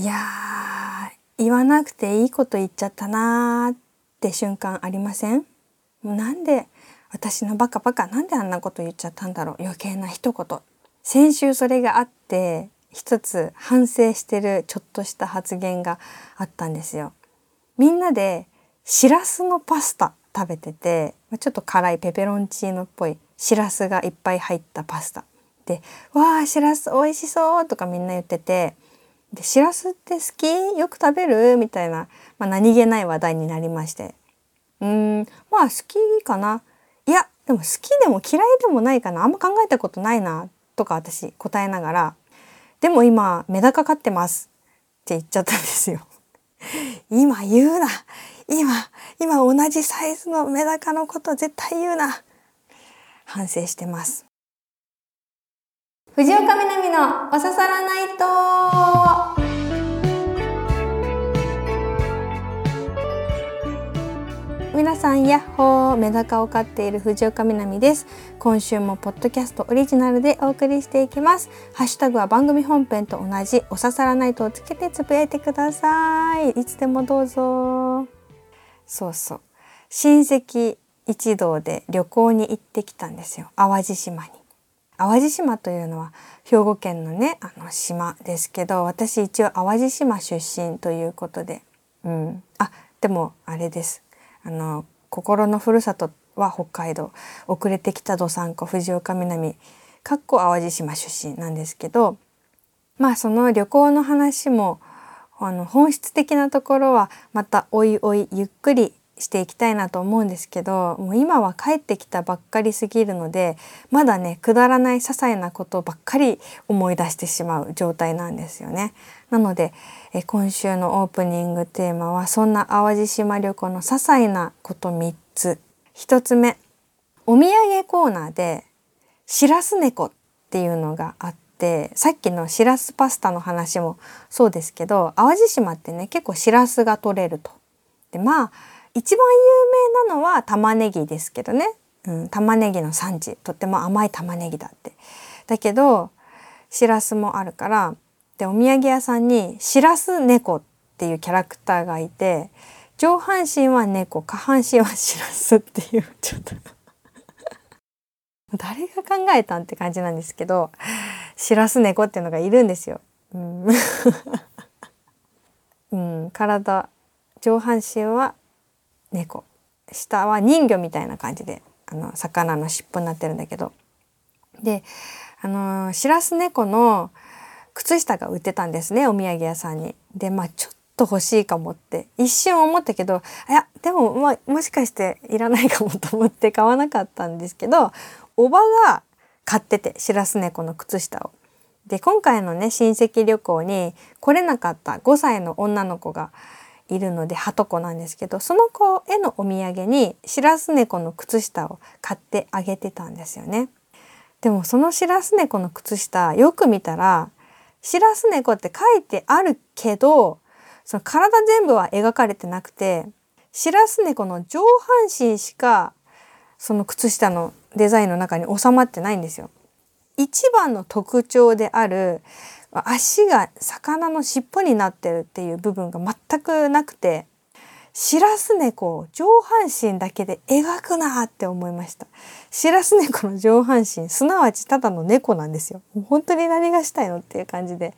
いや言わなくていいこと言っちゃったなーって瞬間ありません？もうなんで私のバカなんであんなこと言っちゃったんだろう、余計な一言。先週それがあって一つ反省してるちょっとした発言があったんですよ。みんなでしらすのパスタ食べてて、ちょっと辛いペペロンチーノっぽいしらすがいっぱい入ったパスタで、わーしらす美味しそうとかみんな言ってて、でしらすって好き？よく食べる？みたいな、何気ない話題になりまして、好きかな、いやでも好きでも嫌いでもないかな、あんま考えたことないなとか私答えながら、でも今メダカ飼ってますって言っちゃったんですよ。今言うな、今同じサイズのメダカのこと絶対言うな。反省してます。藤岡みなみのおささらナイト。皆さんヤッホー、メダカを飼っている藤岡みなみです。今週もポッドキャストオリジナルでお送りしていきます。ハッシュタグは番組本編と同じおささらナイトをつけてつぶやいてください。いつでもどうぞ。そうそう、親戚一同で旅行に行ってきたんですよ、淡路島に。淡路島というのは兵庫県のね、島ですけど、私一応淡路島出身ということで、でもあれです、心のふるさとは北海道、遅れてきたどさんこ藤岡みなみ淡路島出身なんですけど、その旅行の話も本質的なところはまたおいおいゆっくりしていきたいなと思うんですけど、もう今は帰ってきたばっかりすぎるので、まだねくだらない些細なことばっかり思い出してしまう状態なんですよね。なので今週のオープニングテーマはそんな淡路島旅行の些細なこと3つ。1つ目、お土産コーナーでしらす猫っていうのがあって、さっきのしらすパスタの話もそうですけど、淡路島ってね結構しらすが取れると。で一番有名なのは玉ねぎですけどね、玉ねぎの産地、とっても甘い玉ねぎだって。だけどしらすもあるから、でお土産屋さんにしらす猫っていうキャラクターがいて、上半身は猫、下半身はしらすっていう、ちょっと誰が考えたんって感じなんですけど、しらす猫っていうのがいるんですよ。体、上半身は猫、下は人魚みたいな感じで魚の尻尾になってるんだけど、でしらす猫の靴下が売ってたんですね、お土産屋さんに。でちょっと欲しいかもって一瞬思ったけど、いやでももしかしていらないかもと思って買わなかったんですけど、おばが買ってて、しらす猫の靴下を。で今回のね親戚旅行に来れなかった5歳の女の子がいるので、はとこなんですけど、その子へのお土産にしらす猫の靴下を買ってあげてたんですよね。でもそのしらす猫の靴下よく見たら、しらす猫って書いてあるけど、その体全部は描かれてなくて、しらす猫の上半身しかその靴下のデザインの中に収まってないんですよ。一番の特徴である足が魚の尻尾になってるっていう部分が全くなくて、しらす猫を上半身だけで描くなって思いました。しらす猫の上半身、すなわちただの猫なんですよ。もう本当に何がしたいのっていう感じで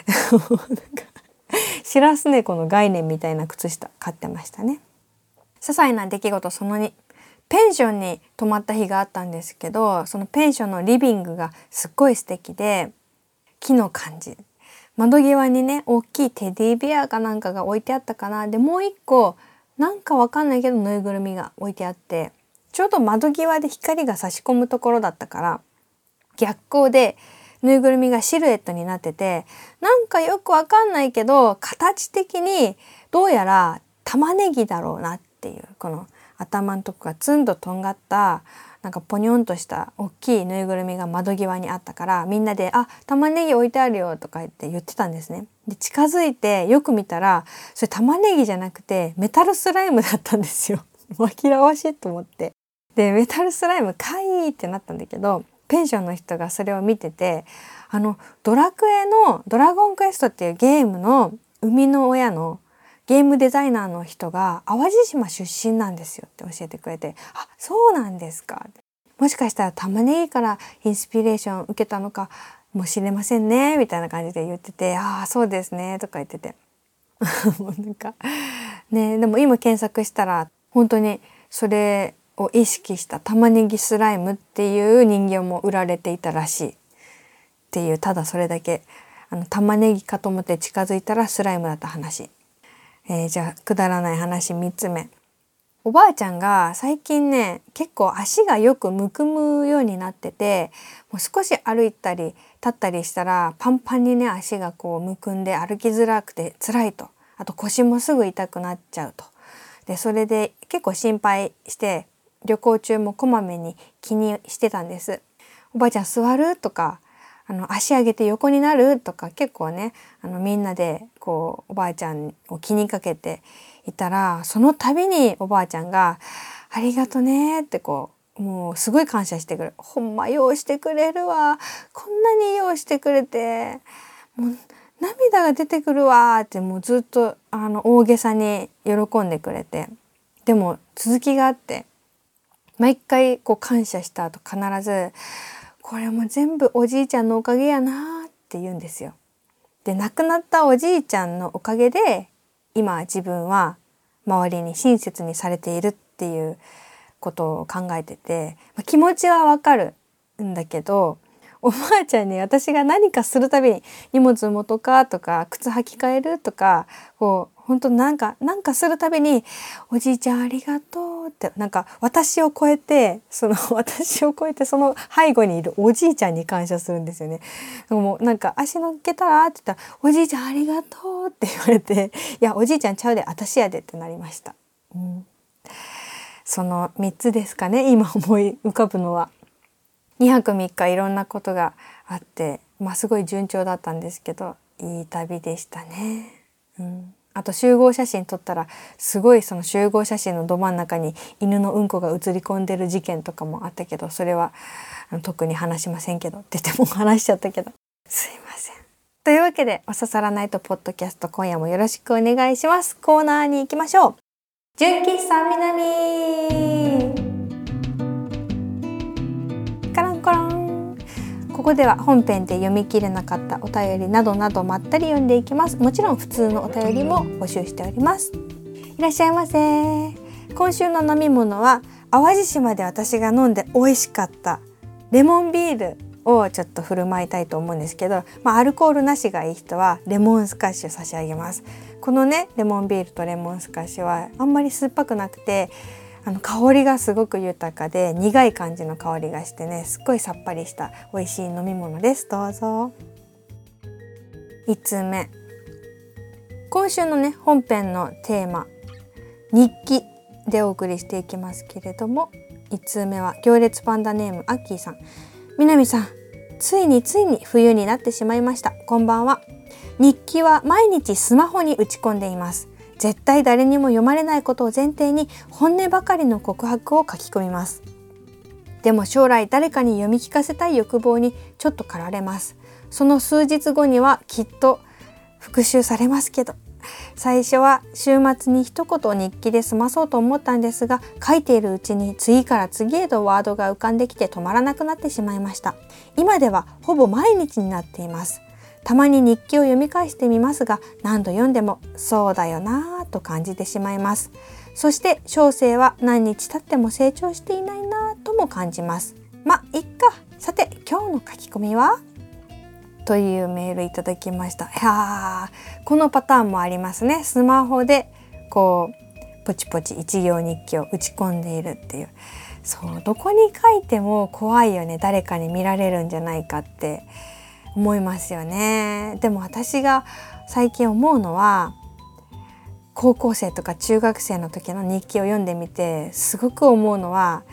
しらす猫の概念みたいな靴下買ってましたね。些細な出来事その2、ペンションに泊まった日があったんですけど、そのペンションのリビングがすっごい素敵で、木の感じ、窓際にね大きいテディベアかなんかが置いてあったかな。でもう一個なんかわかんないけどぬいぐるみが置いてあって、ちょうど窓際で光が差し込むところだったから逆光でぬいぐるみがシルエットになってて、なんかよくわかんないけど形的にどうやら玉ねぎだろうなっていう、この頭のとこがツンととんがったなんかポニョンとした大きいぬいぐるみが窓際にあったから、みんなで玉ねぎ置いてあるよとか言ってたんですね。で近づいてよく見たら、それ玉ねぎじゃなくてメタルスライムだったんですよ。紛らわしいと思って、でメタルスライムかいってなったんだけど、ペンションの人がそれを見てて、ドラクエのドラゴンクエストっていうゲームの生みの親のゲームデザイナーの人が淡路島出身なんですよって教えてくれて、あ、そうなんですか。もしかしたら玉ねぎからインスピレーション受けたのかもしれませんねみたいな感じで言ってて、ああそうですねとか言っててもうなんかね、でも今検索したら本当にそれを意識した玉ねぎスライムっていう人形も売られていたらしいっていう、ただそれだけ玉ねぎかと思って近づいたらスライムだった話。じゃあくだらない話3つ目。おばあちゃんが最近ね結構足がよくむくむようになってて、もう少し歩いたり立ったりしたらパンパンにね足がこうむくんで歩きづらくて辛いと、あと腰もすぐ痛くなっちゃうと。でそれで結構心配して旅行中もこまめに気にしてたんです。おばあちゃん座るとか足上げて横になるとか結構ねみんなでこうおばあちゃんを気にかけていたら、その度におばあちゃんがありがとねってこうもうすごい感謝してくれる。ほんまようしてくれるわ、こんなにようしてくれてもう涙が出てくるわってもうずっと大げさに喜んでくれて、でも続きがあって毎回こう感謝した後必ずこれも全部おじいちゃんのおかげやなって言うんですよ。で亡くなったおじいちゃんのおかげで今自分は周りに親切にされているっていうことを考えてて、気持ちはわかるんだけど、おばあちゃんに私が何かするたびに荷物持とかとか靴履き替えるとかこう本当なんかするたびにおじいちゃんありがとうってなんか私を超えてその背後にいるおじいちゃんに感謝するんですよね。もうなんか足乗っけたらって言ったらおじいちゃんありがとうって言われて、いやおじいちゃんちゃうで私やでってなりました。その3つですかね今思い浮かぶのは。2泊3日いろんなことがあって、すごい順調だったんですけどいい旅でしたね。あと集合写真撮ったらすごいその集合写真のど真ん中に犬のうんこが映り込んでる事件とかもあったけど、それは特に話しませんけどって言っても話しちゃったけどすいません。というわけでおささらないとポッドキャスト今夜もよろしくお願いします。コーナーに行きましょう。純喫茶南カランコロン。ここでは本編で読み切れなかったお便りなどなどまったり読んでいきます。もちろん普通のお便りも募集しております。いらっしゃいませ。今週の飲み物は淡路島で私が飲んで美味しかったレモンビールをちょっと振る舞いたいと思うんですけど、アルコールなしがいい人はレモンスカッシュ差し上げます。このねレモンビールとレモンスカッシュはあんまり酸っぱくなくて香りがすごく豊かで苦い感じの香りがしてね、すっごいさっぱりした美味しい飲み物です。どうぞ。1つ目、今週のね本編のテーマ日記でお送りしていきますけれども、1通目は行列パンダネームアッキーさん。南さん、ついに冬になってしまいました。こんばんは。日記は毎日スマホに打ち込んでいます。絶対誰にも読まれないことを前提に本音ばかりの告白を書き込みます。でも将来誰かに読み聞かせたい欲望にちょっと駆られます。その数日後にはきっと復習されますけど、最初は週末に一言日記で済まそうと思ったんですが、書いているうちに次から次へとワードが浮かんできて止まらなくなってしまいました。今ではほぼ毎日になっています。たまに日記を読み返してみますが、何度読んでもそうだよなぁと感じてしまいます。そして小生は何日経っても成長していないなぁとも感じます。いっか。さて今日の書き込みはというメールいただきました。このパターンもありますね。スマホでこうポチポチ一行日記を打ち込んでいるっていう。そうどこに書いても怖いよね。誰かに見られるんじゃないかって思いますよね。でも私が最近思うのは高校生とか中学生の時の日記を読んでみてすごく思うのは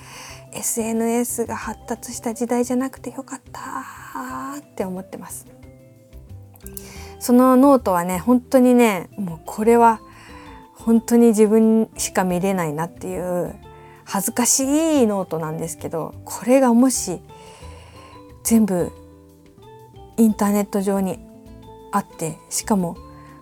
SNS が発達した時代じゃなくてよかったって思ってます。そのノートはね本当にねもうこれは本当に自分しか見れないなっていう恥ずかしいノートなんですけど、これがもし全部インターネット上にあって、しかも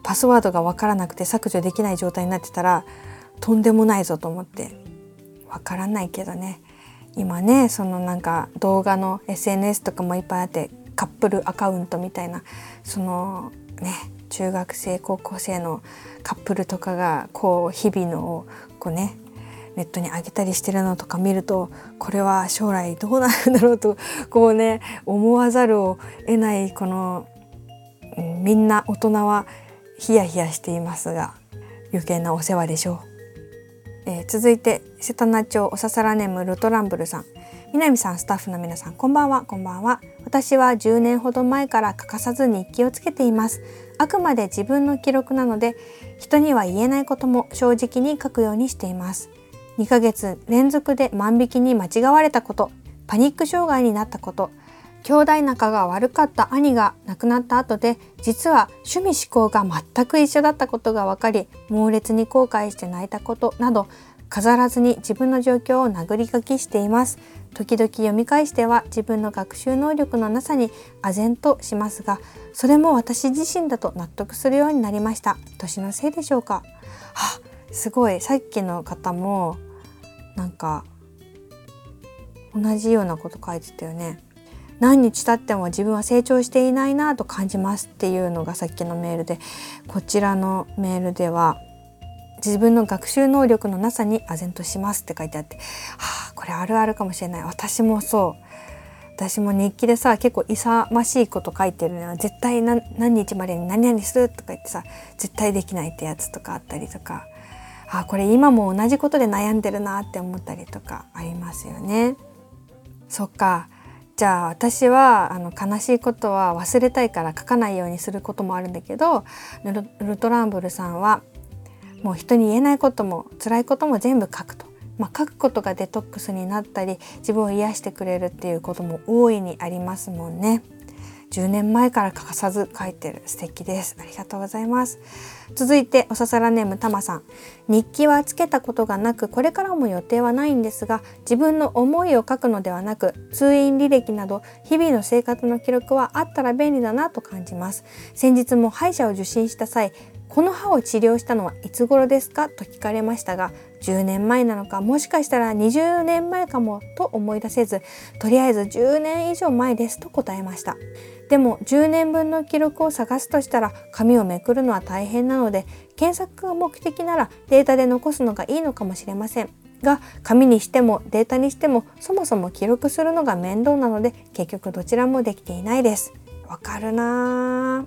パスワードがわからなくて削除できない状態になってたらとんでもないぞと思って。わからないけどね、今ねそのなんか動画の SNS とかもいっぱいあって、カップルアカウントみたいな、そのね中学生高校生のカップルとかがこう日々のをこうねネットに上げたりしてるのとか見ると、これは将来どうなるんだろうとこうね思わざるを得ない、このみんな大人はヒヤヒヤしていますが、余計なお世話でしょう。続いて瀬戸内町おささらネームルトランブルさん。南さん、スタッフの皆さん、こんばんは。こんばんは。私は10年ほど前から欠かさず日記をつけています。あくまで自分の記録なので、人には言えないことも正直に書くようにしています。2ヶ月連続で万引きに間違われたこと、パニック障害になったこと、兄弟仲が悪かった兄が亡くなった後で、実は趣味思考が全く一緒だったことが分かり、猛烈に後悔して泣いたことなど、飾らずに自分の状況を殴り書きしています。時々読み返しては自分の学習能力のなさに唖然としますが、それも私自身だと納得するようになりました。年のせいでしょうか。すごい、さっきの方もなんか同じようなこと書いてたよね。何日経っても自分は成長していないなと感じますっていうのがさっきのメールで、こちらのメールでは自分の学習能力のなさに唖然としますって書いてあって、これあるあるかもしれない。私もそう。私も日記でさ、結構勇ましいこと書いてるのは、絶対何日までに何々するとか言ってさ、絶対できないってやつとかあったりとか、これ今も同じことで悩んでるなって思ったりとかありますよね。そっか。じゃあ私は悲しいことは忘れたいから書かないようにすることもあるんだけど、ルトランブルさんはもう人に言えないことも辛いことも全部書くと、書くことがデトックスになったり自分を癒してくれるっていうことも大いにありますもんね。10年前から欠かさず書いてる。素敵です。ありがとうございます。続いておささらネームたまさん。日記はつけたことがなく、これからも予定はないんですが、自分の思いを書くのではなく、通院履歴など日々の生活の記録はあったら便利だなと感じます。先日も歯医者を受診した際、この歯を治療したのはいつ頃ですかと聞かれましたが、10年前なのか、もしかしたら20年前かもと思い出せず、とりあえず10年以上前ですと答えました。でも10年分の記録を探すとしたら紙をめくるのは大変なので、検索が目的ならデータで残すのがいいのかもしれませんが、紙にしてもデータにしてもそもそも記録するのが面倒なので、結局どちらもできていないです。わかるな。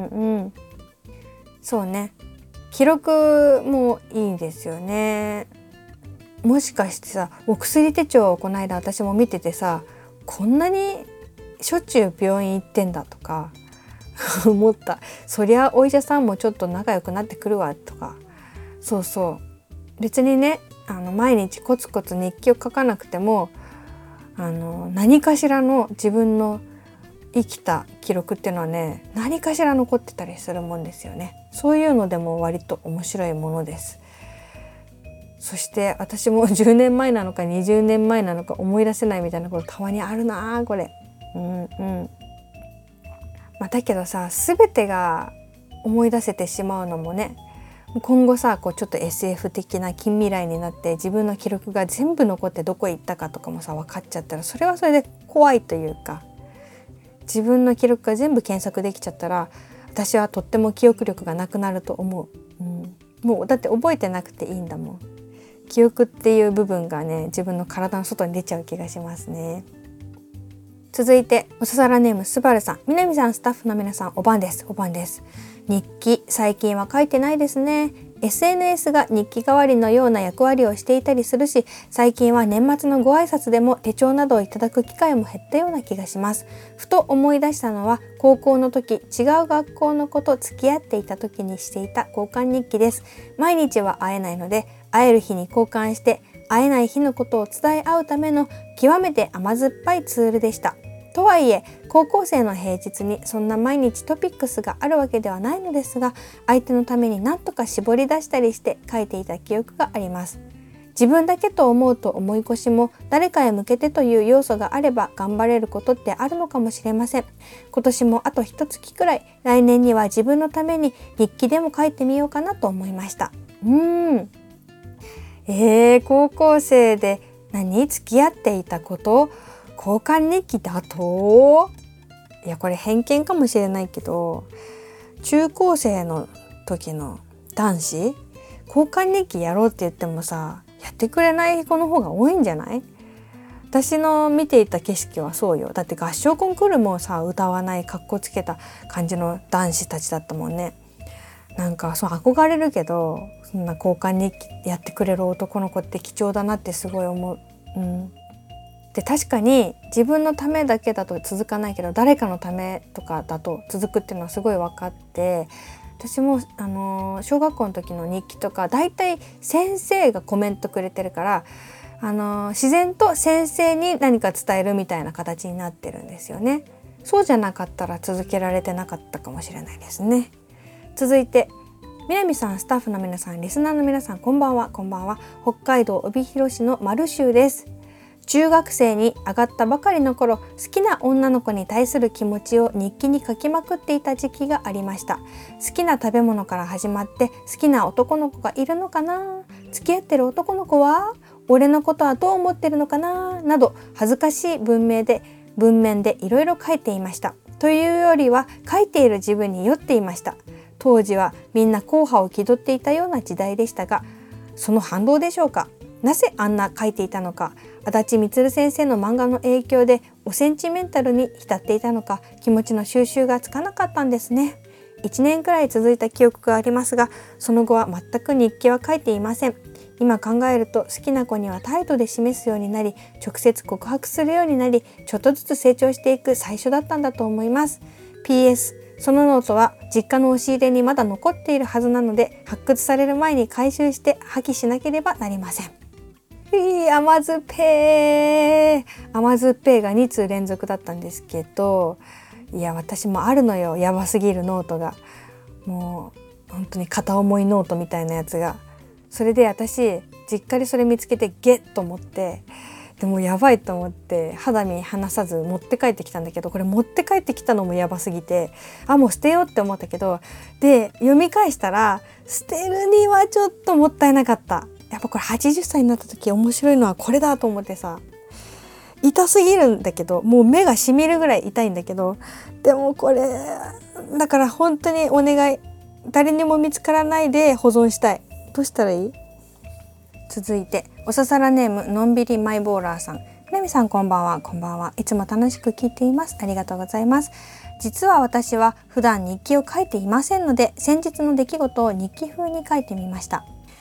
そうね、記録もいいですよね。もしかしてさ、お薬手帳をこの間私も見ててさ、こんなにしょっちゅう病院行ってんだとか思った。そりゃお医者さんもちょっと仲良くなってくるわとか。別にね、毎日コツコツ日記を書かなくても何かしらの自分の生きた記録っていうのはね、何かしら残ってたりするもんですよね。そういうのでも割と面白いものです。そして私も10年前なのか20年前なのか思い出せないみたいなことたまにあるなこれ。だけどさ、全てが思い出せてしまうのもね、今後さ、ちょっと SF 的な近未来になって自分の記録が全部残ってどこへ行ったかとかもさ分かっちゃったら、それはそれで怖いというか、自分の記録が全部検索できちゃったら私はとっても記憶力がなくなると思う。もうだって覚えてなくていいんだもん。記憶っていう部分がね、自分の体の外に出ちゃう気がしますね。続いておささらネームすばるさん。南さん、スタッフの皆さん、お晩です。日記最近は書いてないですね。 SNS が日記代わりのような役割をしていたりするし、最近は年末のご挨拶でも手帳などをいただく機会も減ったような気がします。ふと思い出したのは、高校の時違う学校の子と付き合っていた時にしていた交換日記です。毎日は会えないので、会える日に交換して会えない日のことを伝え合うための極めて甘酸っぱいツールでした。とはいえ高校生の平日にそんな毎日トピックスがあるわけではないのですが、相手のために何とか絞り出したりして書いていた記憶があります。 自分だけと思うと重い腰も誰かへ向けてという要素があれば頑張れることってあるのかもしれません。今年もあと一月くらい、来年には自分のために日記でも書いてみようかなと思いました。高校生で付き合っていたこと交換日記だと、いやこれ偏見かもしれないけど、中高生の時の男子交換日記やろうって言ってもさ、やってくれない子の方が多いんじゃない？私の見ていた景色はそうよ。だって合唱コンクールもさ、歌わない格好つけた感じの男子たちだったもんね。なんかそう憧れるけど、そんな交換日記やってくれる男の子って貴重だなってすごい思う。で確かに自分のためだけだと続かないけど、誰かのためとかだと続くっていうのはすごい分かって、私も小学校の時の日記とかだいたい先生がコメントくれてるから、自然と先生に何か伝えるみたいな形になってるんですよね。そうじゃなかったら続けられてなかったかもしれないですね。続いて南さん、スタッフの皆さん、リスナーの皆さん、こんばんは。北海道帯広市のマルシュです。中学生に上がったばかりの頃、好きな女の子に対する気持ちを日記に書きまくっていた時期がありました。好きな食べ物から始まって、好きな男の子がいるのかな、付き合ってる男の子は俺のことはどう思ってるのかな、など恥ずかしい文面でいろいろ書いていました。というよりは書いている自分に酔っていました。当時はみんな硬派を気取っていたような時代でしたが、その反動でしょうか。なぜあんな書いていたのか、足立満先生の漫画の影響でおセンチメンタルに浸っていたのか、気持ちの収集がつかなかったんですね。1年くらい続いた記憶がありますが、その後は全く日記は書いていません。今考えると、好きな子には態度で示すようになり、直接告白するようになり、ちょっとずつ成長していく最初だったんだと思います。 PS、そのノートは実家の押し入れにまだ残っているはずなので、発掘される前に回収して破棄しなければなりません。甘酸っぱいが2通連続だったんですけど、いや私もあるのよ、やばすぎるノートが。もう本当に片思いノートみたいなやつが。それで私実家でそれ見つけてゲッと思って、でもやばいと思って肌身離さず持って帰ってきたんだけど、これ持って帰ってきたのもやばすぎて、もう捨てようって思ったけど、で読み返したら捨てるにはちょっともったいなかった。やっぱこれ80歳になった時面白いのはこれだと思ってさ、痛すぎるんだけど、もう目がしみるぐらい痛いんだけど、でもこれだから本当にお願い、誰にも見つからないで保存したい。どうしたらいい？続いておささらネームのんびりマイボーラーさん。南さんこんばんは。いつも楽しく聞いています。ありがとうございます。実は私は普段日記を書いていませんので、先日の出来事を日記風に書いてみました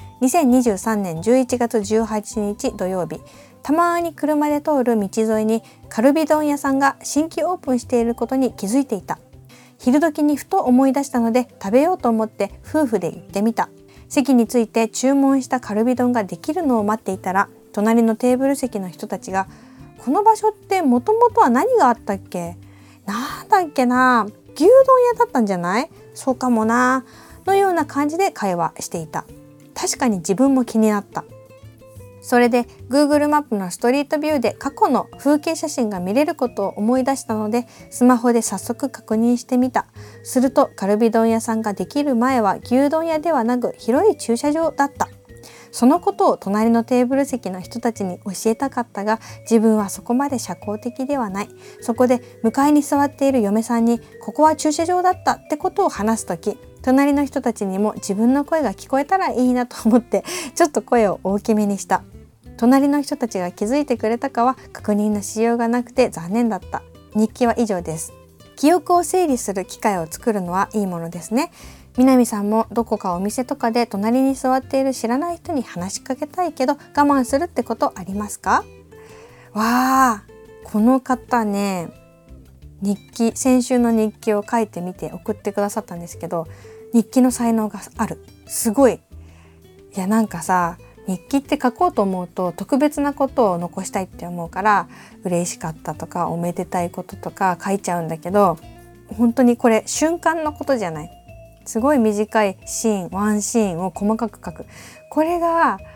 。2023年11月18日土曜日、たまに車で通る道沿いにカルビ丼屋さんが新規オープンしていることに気づいていた。昼時にふと思い出したので食べようと思って夫婦で行ってみた。席について注文したカルビ丼ができるのを待っていたら、隣のテーブル席の人たちが、この場所ってもともとは何があったっけ？なんだっけな、牛丼屋だったんじゃない？そうかもな、のような感じで会話していた。確かに自分も気になった。それで Google マップのストリートビューで過去の風景写真が見れることを思い出したので、スマホで早速確認してみた。するとカルビ丼屋さんができる前は牛丼屋ではなく広い駐車場だった。そのことを隣のテーブル席の人たちに教えたかったが、自分はそこまで社交的ではない。そこで向かいに座っている嫁さんに、ここは駐車場だったってことを話すとき、隣の人たちにも自分の声が聞こえたらいいなと思ってちょっと声を大きめにした。隣の人たちが気づいてくれたかは確認のしようがなくて残念だった。日記は以上です。記憶を整理する機会を作るのはいいものですね。南さんもどこかお店とかで隣に座っている知らない人に話しかけたいけど我慢するってことありますか？わー、この方ね、先週の日記を書いてみて送ってくださったんですけど、日記の才能がある。すごい。いやなんかさ、日記って書こうと思うと特別なことを残したいって思うから、嬉しかったとかおめでたいこととか書いちゃうんだけど、本当にこれ瞬間のことじゃない。すごい短いシーン、ワンシーンを細かく書く。これが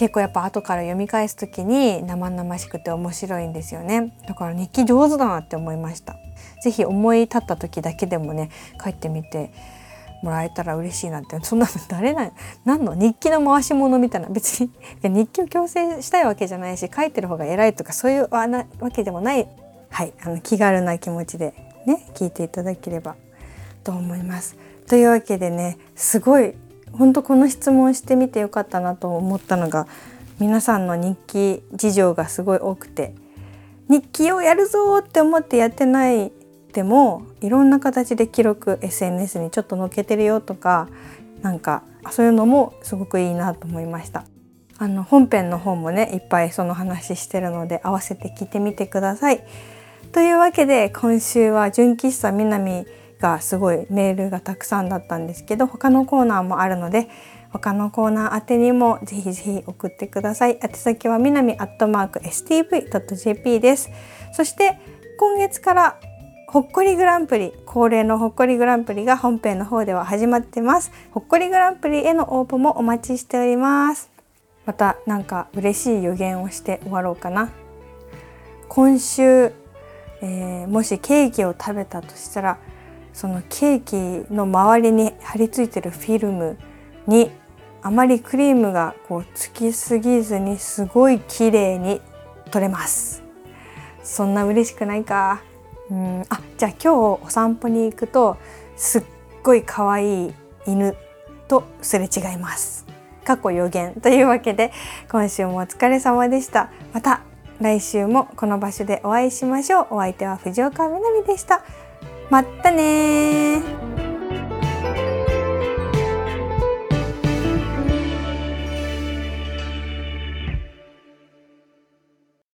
結構やっぱ後から読み返す時に生々しくて面白いんですよね。だから日記上手だなって思いました。ぜひ思い立った時だけでもね書いてみてもらえたら嬉しいなって。そんなの何の日記の回し物みたいな、別に日記を強制したいわけじゃないし、書いてる方が偉いとかそういうわけでもない、はい、気軽な気持ちでね聞いていただければと思います。というわけでね、すごい本当この質問してみてよかったなと思ったのが、皆さんの日記事情がすごい多くて、日記をやるぞって思ってやってないでもいろんな形で記録 SNS にちょっと載っけてるよとか、なんかそういうのもすごくいいなと思いました。本編の方もねいっぱいその話してるので合わせて聞いてみてください。というわけで今週は純喫茶みなみがすごいメールがたくさんだったんですけど、他のコーナーもあるので他のコーナー宛てにもぜひぜひ送ってください。宛先はみなみ@stv.jp です。そして今月からほっこりグランプリ、恒例のほっこりグランプリが本編の方では始まってます。ほっこりグランプリへの応募もお待ちしております。またなんか嬉しい予言をして終わろうかな。今週、もしケーキを食べたとしたら、そのケーキの周りに貼り付いてるフィルムにあまりクリームがつきすぎずにすごい綺麗に取れます。そんな嬉しくないか。じゃあ今日お散歩に行くとすっごい可愛い犬とすれ違います。過去予言というわけで今週もお疲れ様でした。また来週もこの場所でお会いしましょう。お相手は藤岡みなみでした。まったねー。